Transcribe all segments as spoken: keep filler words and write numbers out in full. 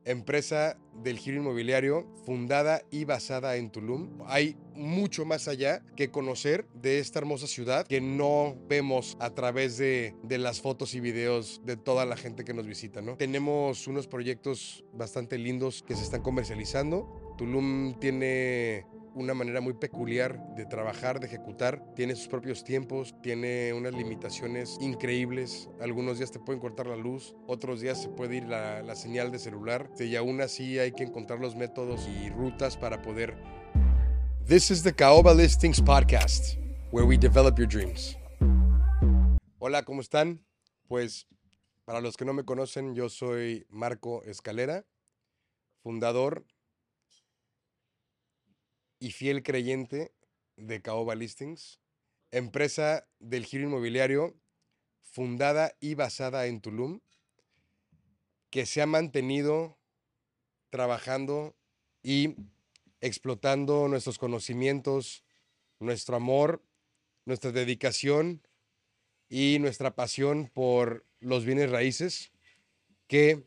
empresa del giro inmobiliario fundada y basada en Tulum. Hay mucho más allá que conocer de esta hermosa ciudad que no vemos a través de, de las fotos y videos de toda la gente que nos visita, ¿no? Tenemos unos proyectos bastante lindos que se están comercializando. Tulum tiene una manera muy peculiar de trabajar, de ejecutar. Tiene sus propios tiempos, tiene unas limitaciones increíbles. Algunos días te pueden cortar la luz, otros días se puede ir la, la señal de celular. Y aún así hay que encontrar los métodos y rutas para poder. This is the Caoba Listings Podcast, where we develop your dreams. Hola, ¿cómo están? Pues para los que no me conocen, yo soy Marco Escalera, fundador y fiel creyente de Caoba Listings, empresa del giro inmobiliario fundada y basada en Tulum, que se ha mantenido trabajando y explotando nuestros conocimientos, nuestro amor, nuestra dedicación y nuestra pasión por los bienes raíces, que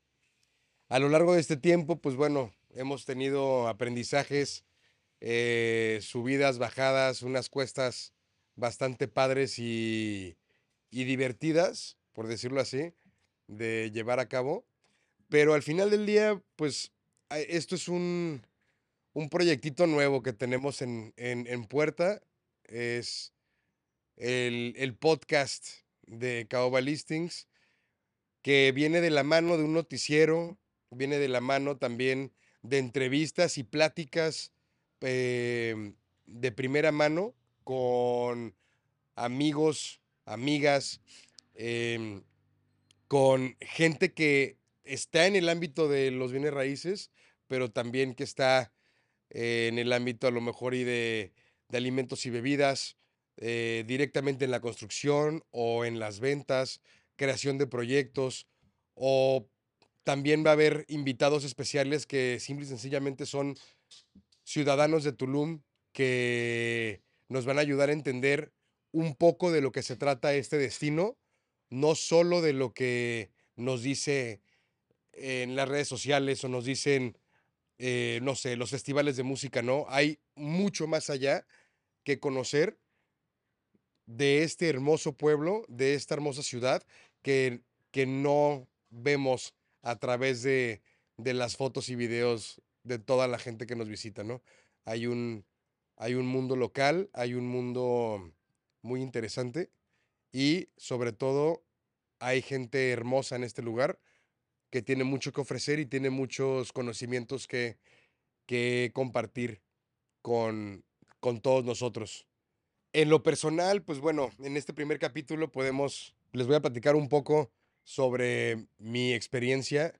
a lo largo de este tiempo, pues bueno, hemos tenido aprendizajes, eh, subidas, bajadas, unas cuestas bastante padres y, y divertidas, por decirlo así, de llevar a cabo. Pero al final del día, pues a- esto es un, un proyectito nuevo que tenemos en, en, en puerta. Es el, el podcast de Caoba Listings, que viene de la mano de un noticiero, viene de la mano también de entrevistas y pláticas eh, de primera mano con amigos, amigas, em, con gente que está en el ámbito de los bienes raíces, pero también que está eh, en el ámbito a lo mejor y de, de alimentos y bebidas, eh, directamente en la construcción o en las ventas, creación de proyectos, o también va a haber invitados especiales que simple y sencillamente son ciudadanos de Tulum que nos van a ayudar a entender un poco de lo que se trata este destino, no solo de lo que nos dice en las redes sociales o nos dicen, eh, no sé, los festivales de música, ¿no? Hay mucho más allá que conocer de este hermoso pueblo, de esta hermosa ciudad que, que no vemos a través de, de las fotos y videos de toda la gente que nos visita, ¿no? Hay un, hay un mundo local, hay un mundo muy interesante y sobre todo hay gente hermosa en este lugar que tiene mucho que ofrecer y tiene muchos conocimientos que, que compartir con, con todos nosotros. En lo personal, pues bueno, en este primer capítulo podemos, les voy a platicar un poco sobre mi experiencia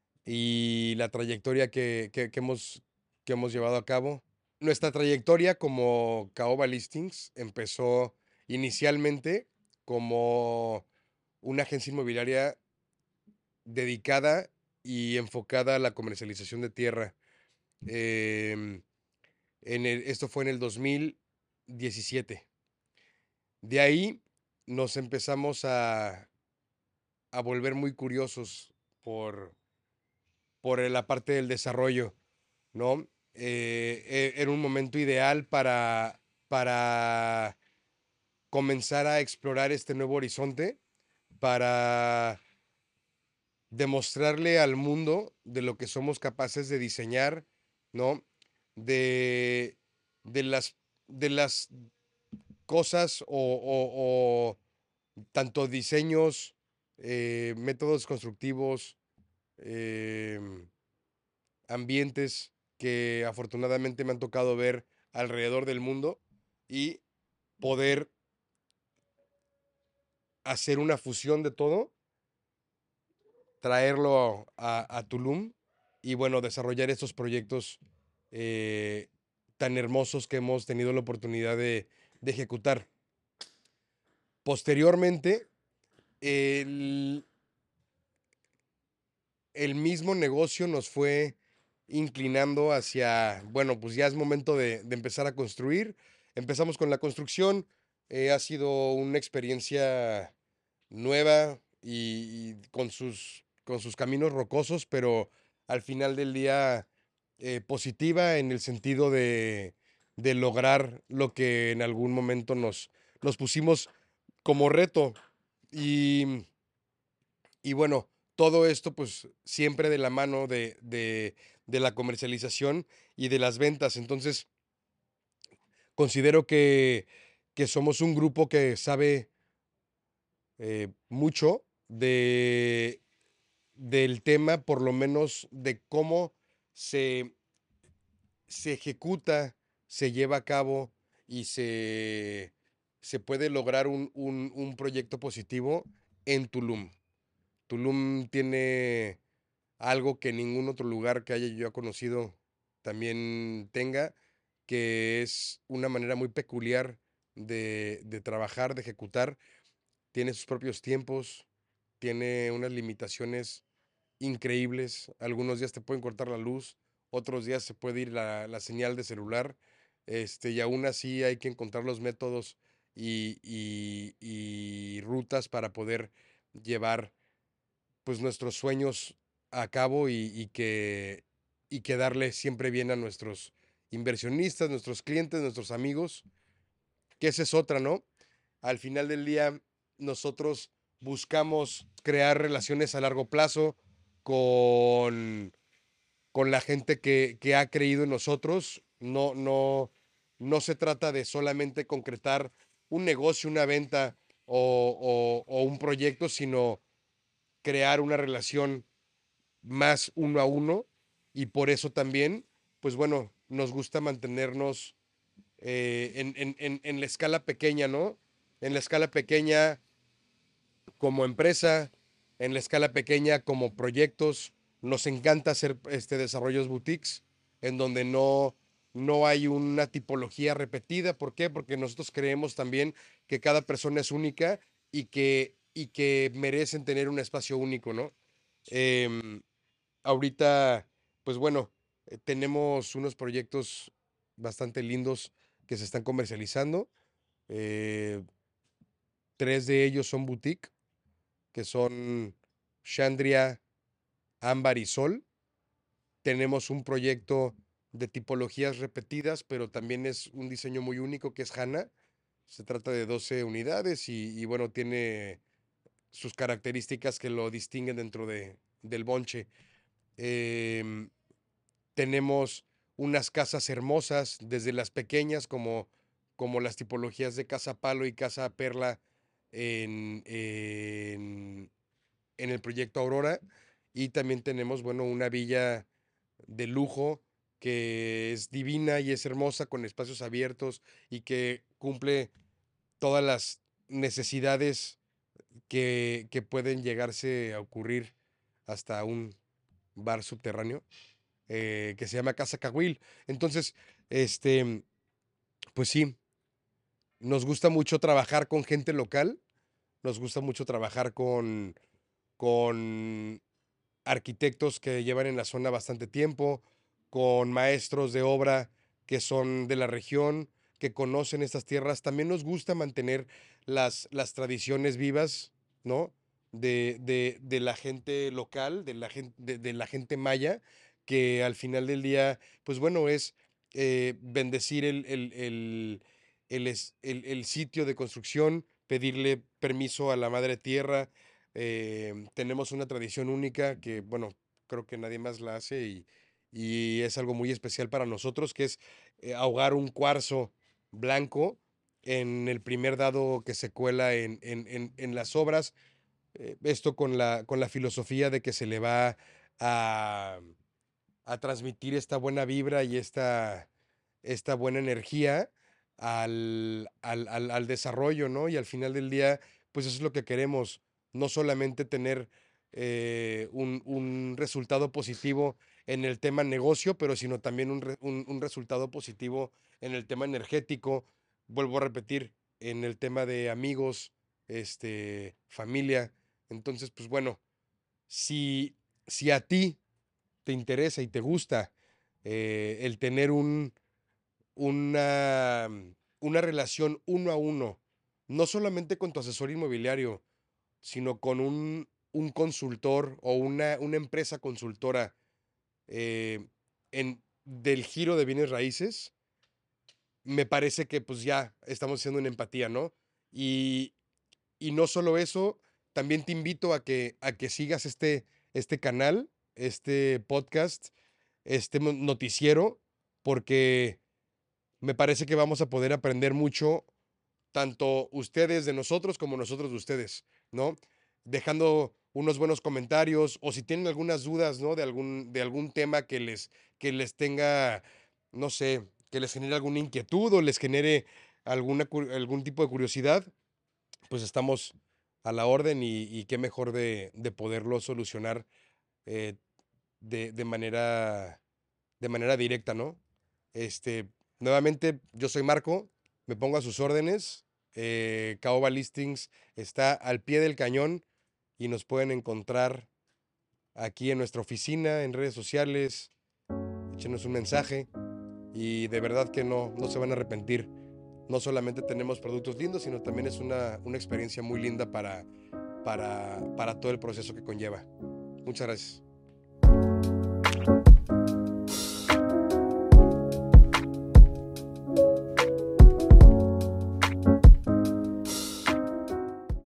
y la trayectoria que, que, que hemos, que hemos llevado a cabo. Nuestra trayectoria como Caoba Listings empezó inicialmente como una agencia inmobiliaria dedicada y enfocada a la comercialización de tierra. Em, en el- esto fue en el dos mil diecisiete. De ahí nos empezamos a, a volver muy curiosos por, por la parte del desarrollo, ¿no? Eh, e- era un momento ideal para, para comenzar a explorar este nuevo horizonte, para demostrarle al mundo de lo que somos capaces de diseñar, ¿no? De, de las, de las cosas o, o- o tanto diseños, eh, métodos constructivos, em, ambientes que afortunadamente me han tocado ver alrededor del mundo y poder hacer una fusión de todo, traerlo a, a Tulum y bueno, desarrollar estos proyectos eh, tan hermosos que hemos tenido la oportunidad de, de ejecutar. Posteriormente, el, el mismo negocio nos fue inclinando hacia, bueno, pues ya es momento de, de empezar a construir. Empezamos con la construcción, eh, ha sido una experiencia nueva y, y con sus, con sus caminos rocosos, pero al final del día eh, positiva en el sentido de, de lograr lo que en algún momento nos, nos pusimos como reto. Y, y bueno, todo esto pues siempre de la mano de, de, de la comercialización y de las ventas. Entonces, considero que, que somos un grupo que sabe eh, mucho de, del tema, por lo menos de cómo se, se ejecuta, se lleva a cabo y se, se puede lograr un, un, un proyecto positivo en Tulum. Tulum tiene algo que ningún otro lugar que haya yo conocido también tenga, que es una manera muy peculiar de, de trabajar, de ejecutar. Tiene sus propios tiempos, tiene unas limitaciones increíbles. Algunos días te pueden cortar la luz, otros días se puede ir la, la señal de celular, este, y aún así hay que encontrar los métodos y, y- y rutas para poder llevar pues nuestros sueños a cabo y, y que, y que darle siempre bien a nuestros inversionistas, nuestros clientes, nuestros amigos, que esa es otra, ¿no? Al final del día, nosotros buscamos crear relaciones a largo plazo con, con la gente que, que ha creído en nosotros. No, no, no se trata de solamente concretar un negocio, una venta o, o- o un proyecto, sino crear una relación más uno a uno. Y por eso también, pues bueno, nos gusta mantenernos eh, en, en, en, en la escala pequeña, ¿no? En la escala pequeña como empresa, en la escala pequeña como proyectos. Nos encanta hacer este, desarrollos boutiques en donde no, no hay una tipología repetida. ¿Por qué? Porque nosotros creemos también que cada persona es única y que, y que merecen tener un espacio único, ¿no? Em, ahorita, pues bueno, eh, tenemos unos proyectos bastante lindos que se están comercializando. Eh, tres de ellos son boutique, que son Chandria, Ámbar y Sol. Tenemos un proyecto de tipologías repetidas, pero también es un diseño muy único que es Hana. Se trata de doce unidades y, y bueno, tiene sus características que lo distinguen dentro de, del bonche. Em, tenemos unas casas hermosas, desde las pequeñas como, como las tipologías de Casa Palo y Casa Perla en, en, en el proyecto Aurora. Y también tenemos, bueno, una villa de lujo que es divina y es hermosa con espacios abiertos y que cumple todas las necesidades que, que pueden llegarse a ocurrir hasta un bar subterráneo eh, que se llama Casa Cahuil. Entonces, este, pues sí, nos gusta mucho trabajar con gente local, nos gusta mucho trabajar con, con arquitectos que llevan en la zona bastante tiempo, con maestros de obra que son de la región, que conocen estas tierras. También nos gusta mantener las, las tradiciones vivas, ¿no? De, de, de la gente local, de la gente, de, de la gente maya, que al final del día, pues bueno, es eh, bendecir el, el, el, el, es- el- el sitio de construcción, pedirle permiso a la madre tierra. Eh, tenemos una tradición única que, bueno, creo que nadie más la hace y, y es algo muy especial para nosotros, que es eh, ahogar un cuarzo blanco en el primer dado que se cuela en, en- en- en las obras. Eh, esto con la, con la filosofía de que se le va a, a transmitir esta buena vibra y esta, esta buena energía al, al, al, al desarrollo, ¿no? Y al final del día, pues eso es lo que queremos, no solamente tener eh, un, un resultado positivo en el tema negocio, pero sino también un, re- un, un resultado positivo en el tema energético, vuelvo a repetir, en el tema de amigos, este, familia. Entonces, pues bueno, si, si a ti te interesa y te gusta eh, el tener un, una, una relación uno a uno, no solamente con tu asesor inmobiliario, sino con un, un consultor o una, una empresa consultora eh, en, del giro de bienes raíces, me parece que pues ya estamos haciendo una empatía, ¿no? Y, y no solo eso, también te invito a que, a que sigas este, este canal, este podcast, este mo- noticiero, porque me parece que vamos a poder aprender mucho, tanto ustedes de nosotros como nosotros de ustedes, ¿no? Dejando unos buenos comentarios o si tienen algunas dudas, ¿no? De algún, de algún tema que les, que les tenga, no sé, que les genere alguna inquietud o les genere alguna, cu- algún tipo de curiosidad, pues estamos a la orden y, y qué mejor de, de poderlo solucionar eh, de, de manera, de manera directa, ¿no? Este, nuevamente, yo soy Marco, me pongo a sus órdenes. Eh, Caoba Listings está al pie del cañón y nos pueden encontrar aquí en nuestra oficina, en redes sociales. Échenos un mensaje y de verdad que no, no se van a arrepentir. No solamente tenemos productos lindos, sino también es una, una experiencia muy linda para, para, para todo el proceso que conlleva. Muchas gracias.